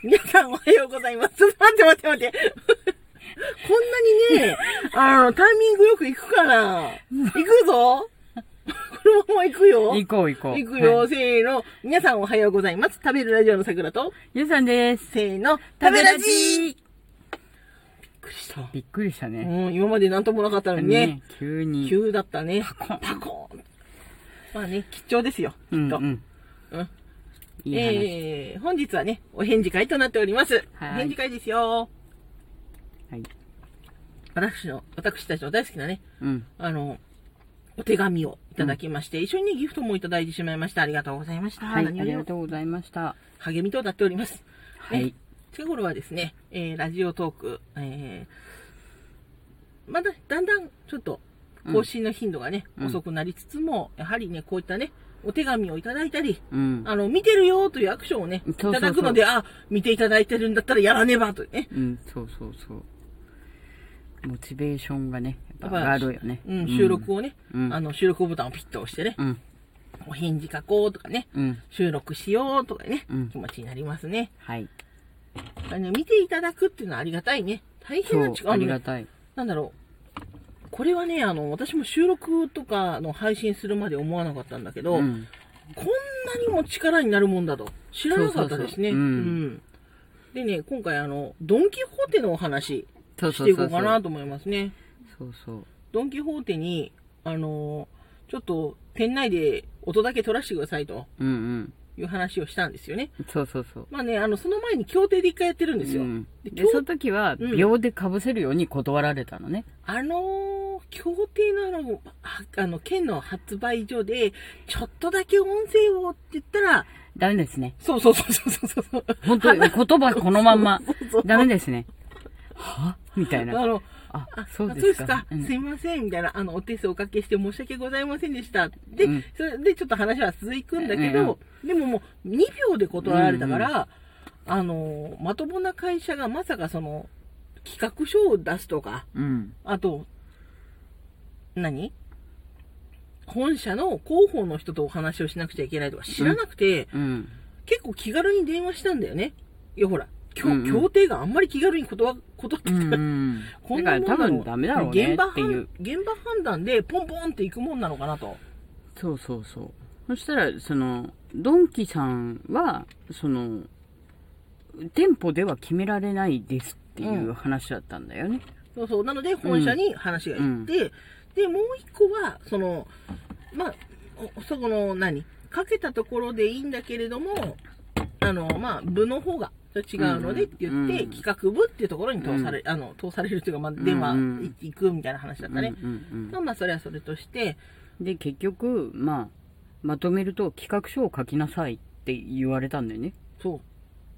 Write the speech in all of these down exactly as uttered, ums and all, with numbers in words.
皆さんおはようございます。ちょっと待って待って待って。こんなにね、あの、タイミングよく行くかな。行くぞ。このまま行くよ。 行こう行こう。 行くよ、 はい、 せーの。皆さんおはようございます。食べるラジオの桜と、 ゆうさんです。 せーの、食べラジー。びっくりした。 びっくりしたね。 うん、今までなんともなかったのにね。ね、 急に。 急だったね。 パコン。 パコン。まあね、貴重ですよ、きっと。うん、うん。うんいいえー、本日はね、お返事会となっております。お返事会ですよ。はい。私の、私たちの大好きなね、うん、あの、お手紙をいただきまして、うん、一緒にね、ギフトもいただいてしまいました。ありがとうございました。 はい、ありがとうございました。 励みとなっております。 はい。 ね、近頃はですね、えー、ラジオトーク、えー、まだ、だんだん、ちょっと、更新の頻度がね、うん、遅くなりつつも、やはりね、こういったね、お手紙をいただいたり、うん、あの、見てるよというアクションをね、いただくので、あ、見ていただいてるんだったらやらねばとね。 うん、そうそうそう。モチベーションがね、やっぱ上がるよね。 うん、収録をね、うん、あの、収録ボタンをピッと押してね、うん、お返事書こうとかね、うん、収録しようとかね、うん、気持ちになりますね。 はい。 あの、見ていただくっていうのはありがたいね。大変な力、ありがたい。 なんだろう。これはね、あの、私も収録とかの配信するまで思わなかったんだけど、うん、こんなにも力になるもんだと知らなかったですね。そうそうそう、うんうん、でね、今回あの、ドンキホーテのお話していこうかなと思いますね。 そうそう。 ドンキホーテに、あのー、ちょっと店内で音だけ取らせてくださいと。うんうん。いう話をしたんですよね。 そうそうそう。 まあね、あの、その前に協定で一回やってるんですよ。うん、 で、でその時は、秒で被せるように断られたのね。 うん、あのー、協定のあの、あの、県の発売所で、ちょっとだけ音声をって言ったら、 ダメですね。 そうそうそうそうそうそう。 本当に言葉このまんま。そうそうそうダメですね。はみたいな。 あの、 あ、そうですか。そうですか。 うん、すいません、みたいな、あの、お手数おかけして申し訳ございませんでした。で、うん、それでちょっと話は続くんだけど、うん、でももうにびょうで断られたから、うんうん、あの、まともな会社がまさかその、企画書を出すとか、うん、あと、何本社の広報の人とお話をしなくちゃいけないとか知らなくて、うんうん、結構気軽に電話したんだよね。いや、ほら。協、うんうん、定があんまり気軽に断ってたら、うんうん、 こんなもんなの、だから多分ダメだろうねっていう。 現場判断でポンポンっていくもんなのかなと。 そうそうそう。そしたら、その、ドンキさんは、その、店舗では決められないですっていう話だったんだよね。 うん、そうそう。なので、本社に話が行って、うん、で、もう一個は、その、まあ、そこの何、かけたところでいいんだけれども、あの、まあ、部の方が、違うのでって言って、うんうん、企画部っていうところに通され、うん、あの、通されるというか、まあ、電話行くみたいな話だったね。うんうんうん、まあまあ、それはそれとして。 で、結局、まあ、まとめると企画書を書きなさいって言われたんだよね。 そう。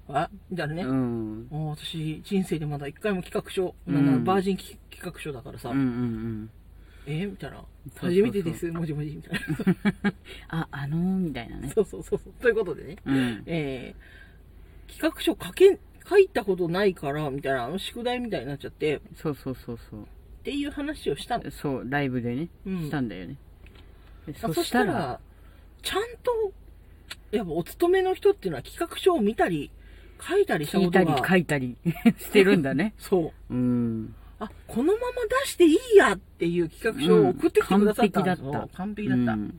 あ、じゃあね。うん。私、人生でまだ一回も企画書、うん、バージン企画書だからさ。うんうんうん。えー、みたいな。初めてです、もじもじ、みたいな。 あ、あのー、みたいなね。 そうそうそうそう。ということでね。うん、えー企画書書け、書いたことないから、みたいな、あの宿題みたいになっちゃって。 そうそうそうそう。 っていう話をしたの。 そう、ライブでね、うん、したんだよね。 そ, そしたら、ちゃんと、やっぱお勤めの人っていうのは企画書を見たり、書いたりしたことが。 聞いたり書いたりしてるんだね。 そう。 うん。 あ、このまま出していいやっていう企画書を送ってきてくださったんですよ。 うん、完璧だった。 完璧だった。うん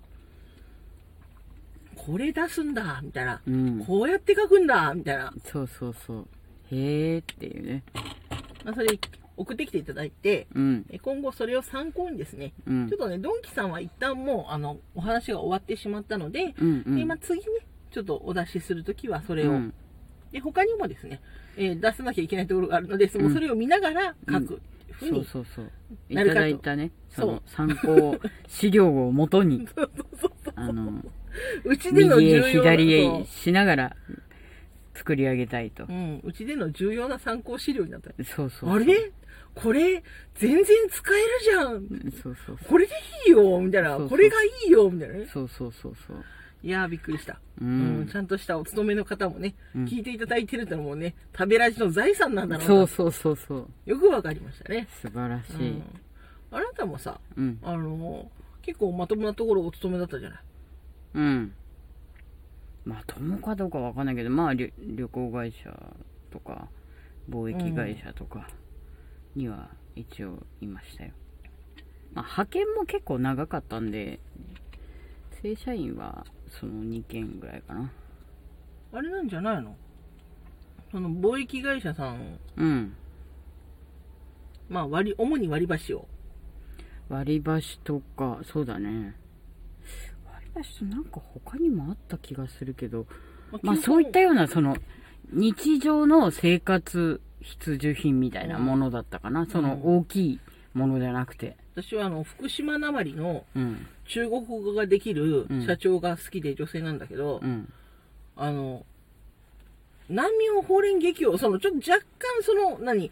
これ出すんだ、みたいな、うん。こうやって書くんだ、みたいな。 そうそうそう。へーっていうね。 まあ、それ送ってきていただいて、うん、今後それを参考にですね、うん、ちょっとね、ドンキさんは一旦もう、あの、お話が終わってしまったので、うんうん、でまあ、次ね、ちょっとお出しするときはそれを、うん、で、他にもですね、えー、出さなきゃいけないところがあるので、うん、それを見ながら書く。 うん、そうそうそう。いただいたね、その参考資料をもとに、あの、 うちでの重要な右へ左へしながら作り上げたいと。 うん。うちでの重要な参考資料になった。 そうそうそう。 あれこれ、全然使えるじゃん。 そうそうそう。 これでいいよみたいな。そうそうそうこれがいいよみたいなね。 そうそうそうそう。 いやーびっくりした、うんうん。ちゃんとしたお勤めの方もね、うん、聞いていただいてるってのもね、食べラジの財産なんだろうな。 そうそうそうそう。 よくわかりましたね。 素晴らしい。うん、 あなたもさ、うん、あのー、結構まともなところお勤めだったじゃない。 うん。 まともかどうかわかんないけど、まあ旅、旅行会社とか、貿易会社とかには一応いましたよ。まあ、派遣も結構長かったんで、正社員はそのにけんぐらいかな。 あれなんじゃないの？その貿易会社さん、 うん。 まあ割り、主に割り箸を。 割り箸とか、そうだね。割り箸となんか他にもあった気がするけど、まあ、まあ、そういったような、その、日常の生活必需品みたいなものだったかな。うん、その大きいものじゃなくて。 私はあの、福島なまりの中国語ができる社長が好きで女性なんだけど、うん、あの、南明法蓮華経、そのちょっと若干その、何、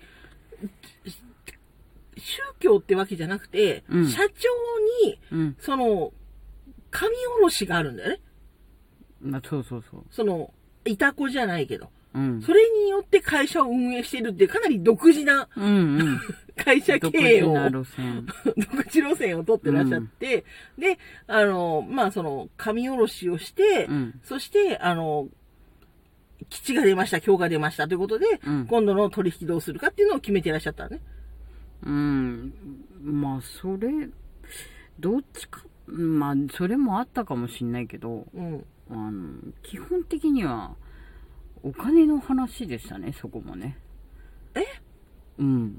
宗教ってわけじゃなくて、うん、社長に、うん、その、神おろしがあるんだよね。 まあ、そうそうそう。 その、いたこじゃないけど。うん、それによって会社を運営してるってかなり独自な、うんうん、会社経営を、独自路線。独自路線を取ってらっしゃって、うん、で、あの、まあ、その、神おろしをして、うん、そして、あの、基地が出ました、今日が出ましたということで、うん、今度の取引どうするかっていうのを決めてらっしゃったね。 うん。まあ、それ、どっちか、まあ、それもあったかもしんないけど、うん、あの、基本的には、お金の話でしたね、そこもね。 えうん。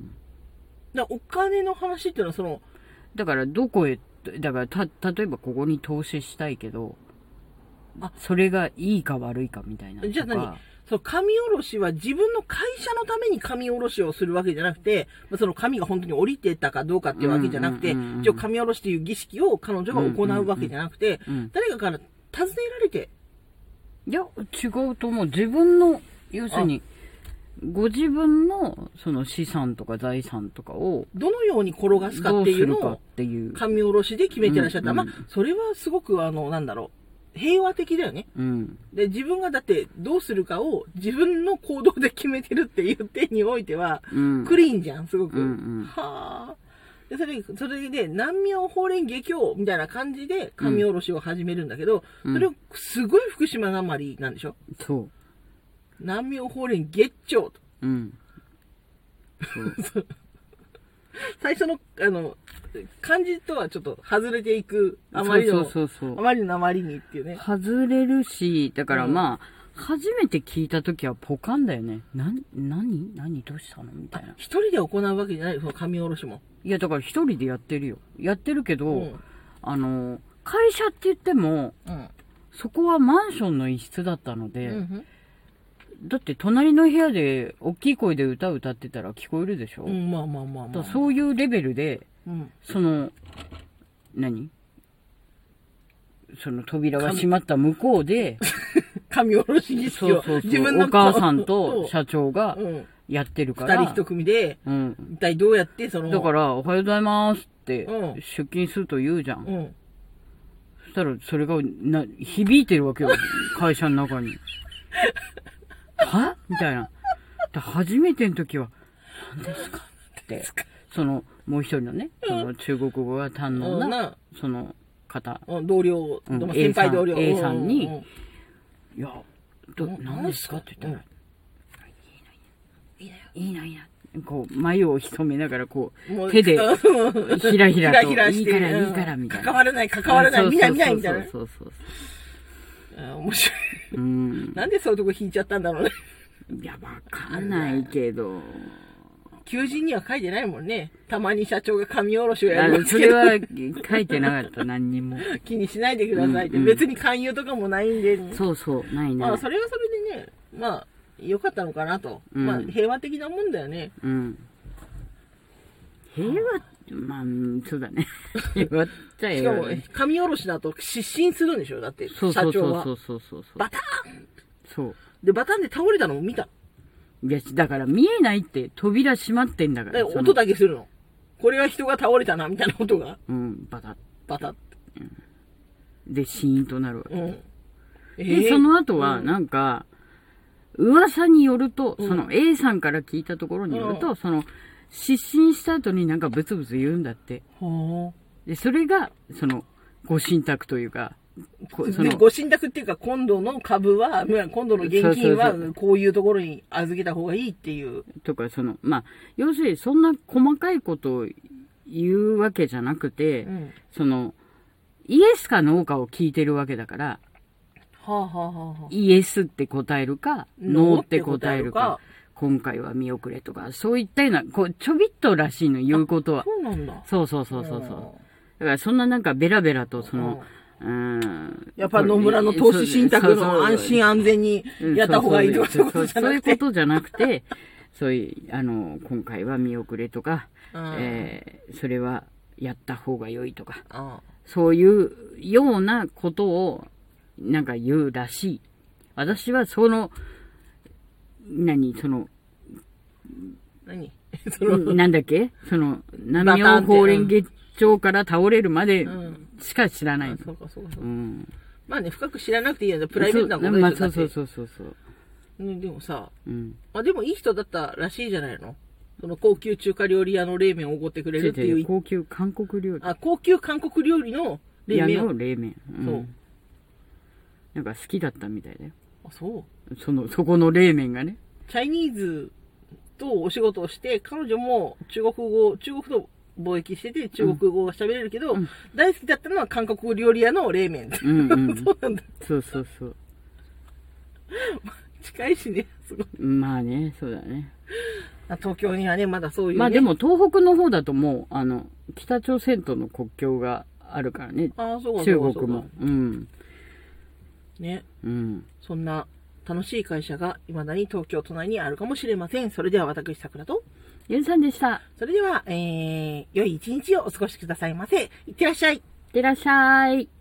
だお金の話っていうのはその、 だからどこへ、だからた、例えばここに投資したいけど、あ、それがいいか悪いかみたいな。 じゃあ何その紙下ろしは自分の会社のために紙下ろしをするわけじゃなくて、その紙が本当に降りてたかどうかっていうわけじゃなくて、一応紙下ろしという儀式を彼女が行うわけじゃなくて、誰かから尋ねられて。 いや、違うと思う。自分の、要するに、ご自分のその資産とか財産とかをどのように転がすかっていうのを紙下ろしで決めてらっしゃった。うんうん、まあ、それはすごくあの、なんだろう。平和的だよね。うん、で、自分がだってどうするかを自分の行動で決めてるっていう点においては、うん、クリーンじゃん、すごく。うんうん、はあ。で、それ、それで、南明法蓮華経みたいな感じで紙下ろしを始めるんだけど、うん、それをすごい福島なまりなんでしょ？ そう。 南明法蓮月長と。うん。そう最初の、あの、漢字とはちょっと外れていく、あまりの、そうそうそうそうあまりのあまりにっていうね。 外れるし、だからまあ、うん、初めて聞いたときはポカンだよね。な、なに何どうしたのみたいな。 一人で行うわけじゃないその紙下ろしも。 いや、だから一人でやってるよ。やってるけど、うん、あの、会社って言っても、うん、そこはマンションの一室だったので、うん、だって隣の部屋で大きい声で歌歌ってたら聞こえるでしょ、うん、 まあまあまあまあ。 そういうレベルで、うん、その、何その扉が閉まった向こうで、 紙下ろし儀式をそうそうそう自分のお母さんと社長がやってるから。 二人一組で、うん、一体どうやってその。 だから、おはようございますって出勤すると言うじゃん。うん、そしたらそれがな響いてるわけよ。会社の中に。はみたいな。初めての時は、何ですかって、その、もう一人のね、その中国語が堪能な、その方。 同僚、うん、先輩同僚。 A さんに、いや、ど、何ですかって言ったら、いいなよ、いいな、いいな。こう、眉を潜めながら、こう、手で、ひらひらと、いいから、いいから、みたいな。 関わらない、関わらない、見ない、見ない、みたいな。 そうそうそうそう。面白い。うん。なんでそういうとこ引いちゃったんだろうね。 いや、わかんないけど。 求人には書いてないもんね。たまに社長が紙下ろしをやるんですけど。それは書いてなかった、何にも。 気にしないでくださいって。うんうん、別に勧誘とかもないんで、ね。 そうそう、ないね。 まあ、それはそれでね、まあ、良かったのかなと。うん、まあ、平和的なもんだよね。うん。 平和、まあ、そうだね。平和っちゃ平和、ね。 しかも、紙下ろしだと失神するんでしょだって、社長は。 そうそうそうそうそう。 バターンそう。 で、バターンで倒れたのも見た。 いや、だから見えないって扉閉まってんだから。 だから音だけするの。これは人が倒れたな、みたいな音が。 うん、バタッ。 バタッ。 うん、で、シーンとなるわけ。うんえー、で、その後は、なんか、噂によると、その A さんから聞いたところによると、うん、その、失神した後になんかブツブツ言うんだって。で、それが、その、ご神託というか、 そのご信託っていうか、今度の株は、今度の現金はこういうところに預けた方がいいっていう。 とか、その、まあ、要するにそんな細かいことを言うわけじゃなくて、うん、その、イエスかノーかを聞いてるわけだから、 はあはあはあ、 イエスって答えるか、ノーって答えるか、今回は見送れとか、そういったような、こう、ちょびっとらしいの、言うことは。 そうなんだ。 そうそうそうそうそう。だからそんななんかベラベラと、その、 うん、やっぱ野村の投資信託の安心安全にやった方がいいとかそういうことじゃなくて。 そういうことじゃなくて、そういう、あの、今回は見送れとか、えー、それはやった方が良いとか、そういうようなことをなんか言うらしい。私はその、何、その、 何なんだっけその、南洋法蓮華経から倒れるまでしか知らない。うん、 そうかそうかそうか。うん、まあね、深く知らなくていいんだ。プライベートなことでしょ。まあ、そうそうそうそうそう。 ね、でもさ、うん、まあでもいい人だったらしいじゃないの。その高級中華料理屋の冷麺をおごってくれるっていう。 高級韓国料理。 あ、高級韓国料理の冷麺。 の冷麺。うん、そう。なんか好きだったみたいだよ。 あ、そう。 その、そこの冷麺がね。 チャイニーズとお仕事をして、彼女も中国語、中国と貿易してて中国語が喋れるけど、うん、大好きだったのは韓国料理屋の冷麺。うんうん、そうなんだ。 そうそうそう。 近いしね、すごい。 まあね、そうだね。 東京にはね、まだそういう、ね。 まあでも東北の方だともう、あの、北朝鮮との国境があるからね。 ああ、そうか中国も。うん。 ね。 うん。 そんな楽しい会社が未だに東京都内にあるかもしれません。それでは私、桜と、 ゆうさんでした。 それでは、えー、良い一日をお過ごしくださいませ。いってらっしゃい。いってらっしゃい。